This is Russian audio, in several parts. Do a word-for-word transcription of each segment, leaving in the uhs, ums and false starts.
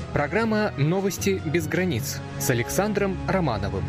Программа «Новости без границ» с Александром Романовым.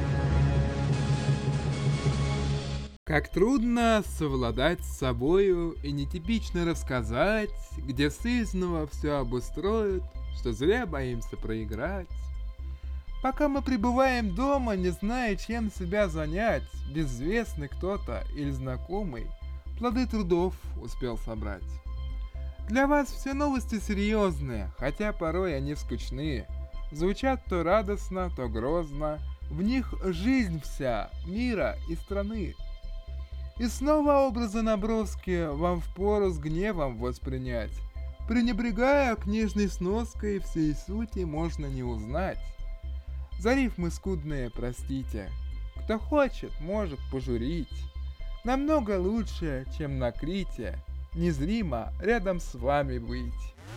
Как трудно совладать с собою и нетипично рассказать, где сызнова все обустроят, что зря боимся проиграть. Пока мы пребываем дома, не зная, чем себя занять, безвестный кто-то или знакомый плоды трудов успел собрать. Для вас все новости серьезные, хотя порой они скучны, звучат то радостно, то грозно, в них жизнь вся, мира и страны. И снова образы наброски вам впору с гневом воспринять, пренебрегая книжной сноской, всей сути можно не узнать. За рифмы скудные простите, кто хочет, может пожурить. Намного лучше, чем на Крите, незримо рядом с вами быть.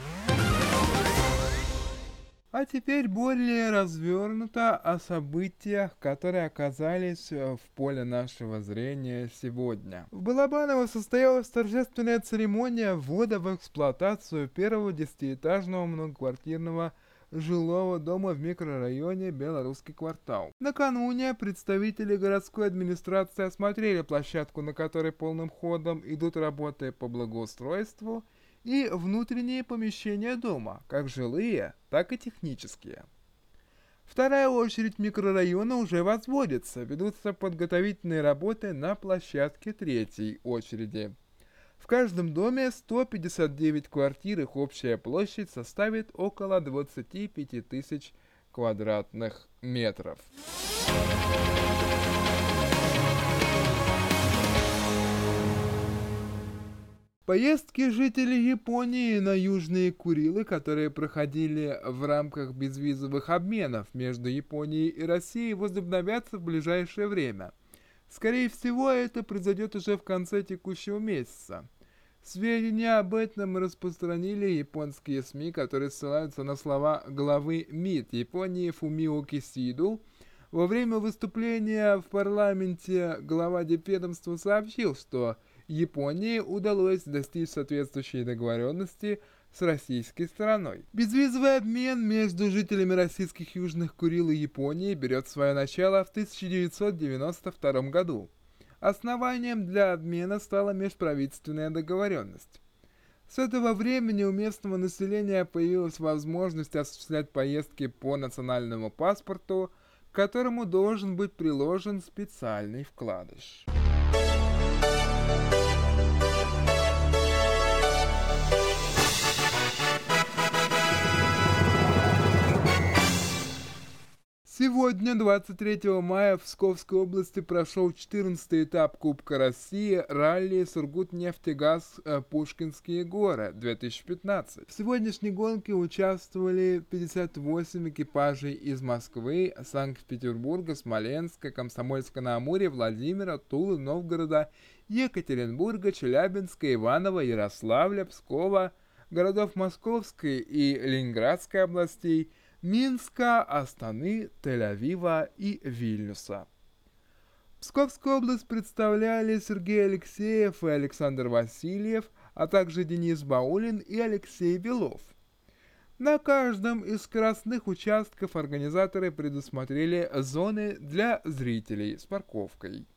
А теперь более развернуто о событиях, которые оказались в поле нашего зрения сегодня. В Балабаново состоялась торжественная церемония ввода в эксплуатацию первого десятиэтажного многоквартирного жилого дома в микрорайоне Белорусский квартал. Накануне представители городской администрации осмотрели площадку, на которой полным ходом идут работы по благоустройству, и внутренние помещения дома, как жилые, так и технические. Вторая очередь микрорайона уже возводится, ведутся подготовительные работы на площадке третьей очереди. В каждом доме сто пятьдесят девять квартир, их общая площадь составит около двадцать пять тысяч квадратных метров. Поездки жителей Японии на Южные Курилы, которые проходили в рамках безвизовых обменов между Японией и Россией, возобновятся в ближайшее время. Скорее всего, это произойдет уже в конце текущего месяца. Сведения об этом распространили японские СМИ, которые ссылаются на слова главы МИД Японии Фумио Кисиду. Во время выступления в парламенте глава дипведомства сообщил, что Японии удалось достичь соответствующей договоренности с российской стороной. Безвизовый обмен между жителями российских Южных Курил и Японии берет свое начало в тысяча девятьсот девяносто втором году. Основанием для обмена стала межправительственная договоренность. С этого времени у местного населения появилась возможность осуществлять поездки по национальному паспорту, к которому должен быть приложен специальный вкладыш. Сегодня, двадцать третьего мая, в Псковской области прошел четырнадцатый этап Кубка России ралли Сургутнефтегаз Пушкинские горы две тысячи пятнадцать. В сегодняшней гонке участвовали пятьдесят восемь экипажей из Москвы, Санкт-Петербурга, Смоленска, Комсомольска-на-Амуре, Владимира, Тулы, Новгорода, Екатеринбурга, Челябинска, Иваново, Ярославля, Пскова, городов Московской и Ленинградской областей, Минска, Астаны, Тель-Авива и Вильнюса. Псковскую область представляли Сергей Алексеев и Александр Васильев, а также Денис Баулин и Алексей Белов. На каждом из скоростных участков организаторы предусмотрели зоны для зрителей с парковкой.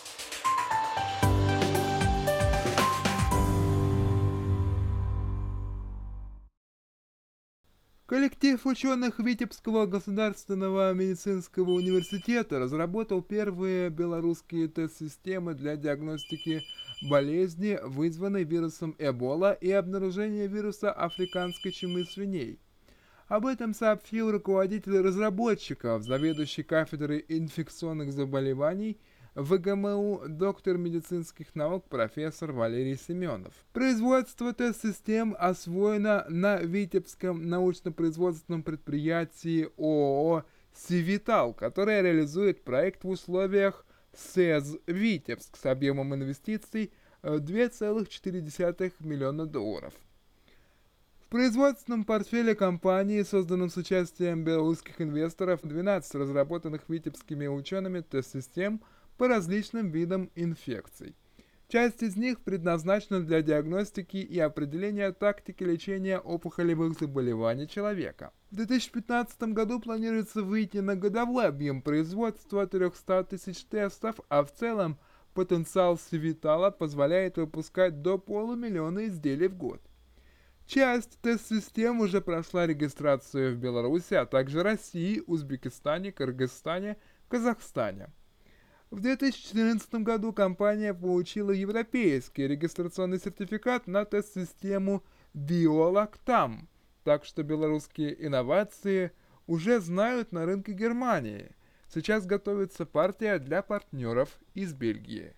Коллектив ученых Витебского государственного медицинского университета разработал первые белорусские тест-системы для диагностики болезни, вызванной вирусом Эбола, и обнаружения вируса африканской чумы свиней. Об этом сообщил руководитель разработчиков, заведующий кафедрой инфекционных заболеваний в ВГМУ, доктор медицинских наук профессор Валерий Семенов. Производство тест-систем освоено на Витебском научно-производственном предприятии ООО «Сивитал», которое реализует проект в условиях СЭЗ «Витебск» с объемом инвестиций две целых четыре десятых миллиона долларов. В производственном портфеле компании, созданном с участием белорусских инвесторов, двенадцать разработанных витебскими учеными тест-систем по различным видам инфекций. Часть из них предназначена для диагностики и определения тактики лечения опухолевых заболеваний человека. В две тысячи пятнадцатом году планируется выйти на годовой объем производства триста тысяч тестов, а в целом потенциал Свитала позволяет выпускать до полумиллиона изделий в год. Часть тест-систем уже прошла регистрацию в Беларуси, а также России, Узбекистане, Кыргызстане, Казахстане. В две тысячи четырнадцатом году компания получила европейский регистрационный сертификат на тест-систему Biolactam, так что белорусские инновации уже знают на рынке Германии. Сейчас готовится партия для партнеров из Бельгии.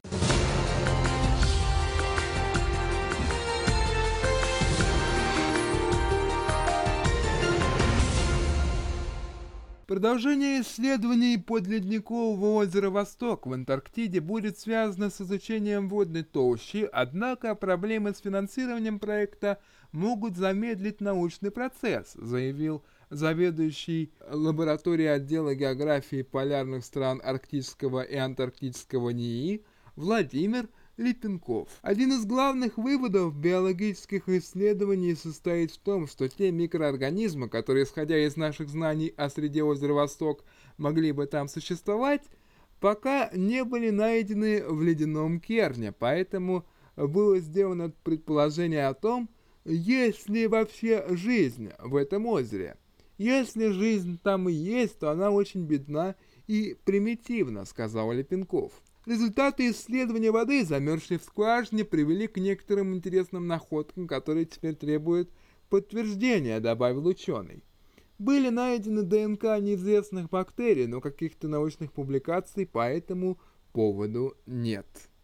Продолжение исследований подледникового озера Восток в Антарктиде будет связано с изучением водной толщи, однако проблемы с финансированием проекта могут замедлить научный процесс, заявил заведующий лабораторией отдела географии полярных стран Арктического и Антарктического НИИ Владимир Липенков. Один из главных выводов биологических исследований состоит в том, что те микроорганизмы, которые, исходя из наших знаний о среде озера Восток, могли бы там существовать, пока не были найдены в ледяном керне, поэтому было сделано предположение о том, есть ли вообще жизнь в этом озере. Если жизнь там и есть, то она очень бедна и примитивна, сказал Липенков. Результаты исследования воды, замерзшей в скважине, привели к некоторым интересным находкам, которые теперь требуют подтверждения, добавил ученый. Были найдены ДНК неизвестных бактерий, но каких-то научных публикаций по этому поводу нет.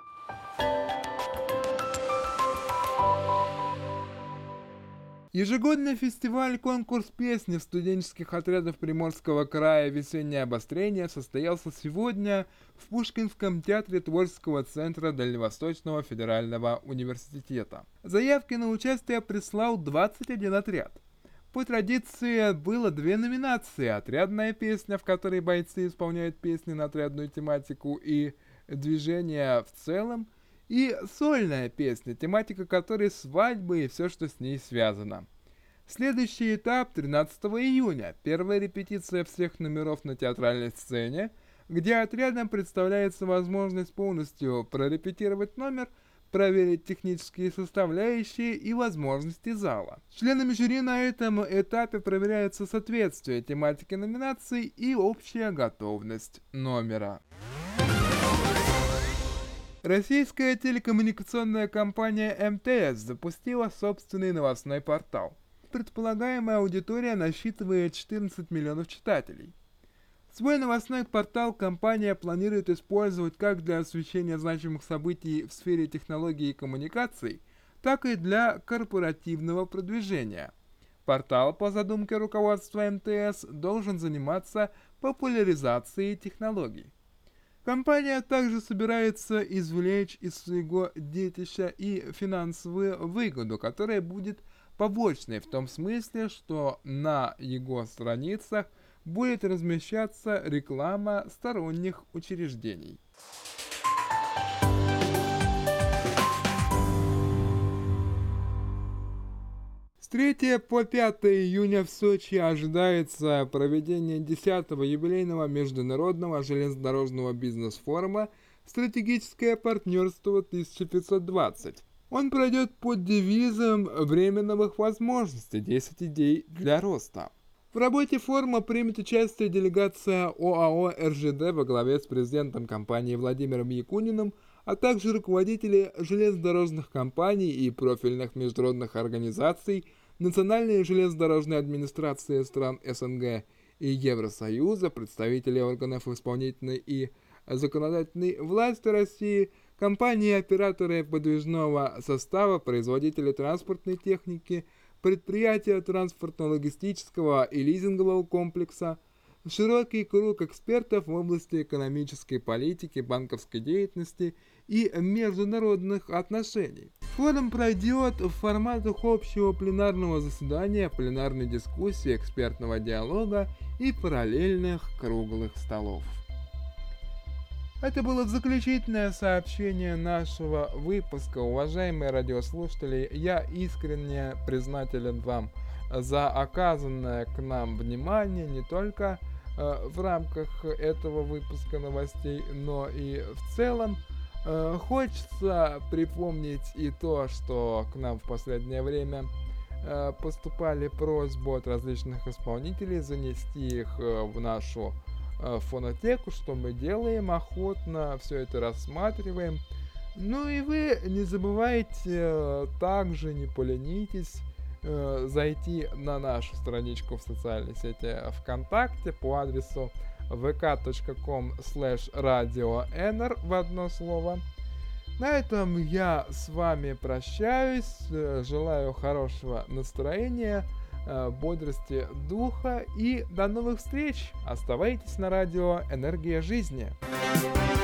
Ежегодный фестиваль-конкурс песни студенческих отрядов Приморского края «Весеннее обострение» состоялся сегодня в Пушкинском театре Творческого центра Дальневосточного федерального университета. Заявки на участие прислал двадцать один отряд. По традиции было две номинации: отрядная песня, в которой бойцы исполняют песни на отрядную тематику и движение в целом, и сольная песня, тематика которой свадьбы и все, что с ней связано. Следующий этап тринадцатого июня, первая репетиция всех номеров на театральной сцене, где отрядам представляется возможность полностью прорепетировать номер, проверить технические составляющие и возможности зала. Членами жюри на этом этапе проверяется соответствие тематики номинаций и общая готовность номера. Российская телекоммуникационная компания эм тэ эс запустила собственный новостной портал. Предполагаемая аудитория насчитывает четырнадцать миллионов читателей. Свой новостной портал компания планирует использовать как для освещения значимых событий в сфере технологий и коммуникаций, так и для корпоративного продвижения. Портал, по задумке руководства эм тэ эс, должен заниматься популяризацией технологий. Компания также собирается извлечь из своего детища и финансовую выгоду, которая будет побочной в том смысле, что на его страницах будет размещаться реклама сторонних учреждений. С третьего по пятое июня в Сочи ожидается проведение десятого юбилейного международного железнодорожного бизнес-форума «Стратегическое партнерство тысяча пятьсот двадцать». Он пройдет под девизом «Время новых возможностей. десять идей для роста». В работе форума примет участие делегация ОАО эр жэ дэ во главе с президентом компании Владимиром Якуниным, а также руководители железнодорожных компаний и профильных международных организаций, Национальной железнодорожной администрации стран эс эн гэ и Евросоюза, представители органов исполнительной и законодательной власти России, компании-операторы подвижного состава, производители транспортной техники, предприятия транспортно-логистического и лизингового комплекса, широкий круг экспертов в области экономической политики, банковской деятельности и международных отношений. Форум пройдет в форматах общего пленарного заседания, пленарной дискуссии, экспертного диалога и параллельных круглых столов. Это было заключительное сообщение нашего выпуска. Уважаемые радиослушатели, я искренне признателен вам за оказанное к нам внимание не только э, в рамках этого выпуска новостей, но и в целом. Э, хочется припомнить и то, что к нам в последнее время э, поступали просьбы от различных исполнителей занести их э, в нашу фонотеку, что мы делаем охотно, все это рассматриваем. Ну и вы не забывайте, также не поленитесь зайти на нашу страничку в социальной сети ВКонтакте по адресу vk точка com слэш радионр в одно слово. На этом я с вами прощаюсь, желаю хорошего настроения, бодрости духа и до новых встреч. Оставайтесь на радио «Энергия жизни».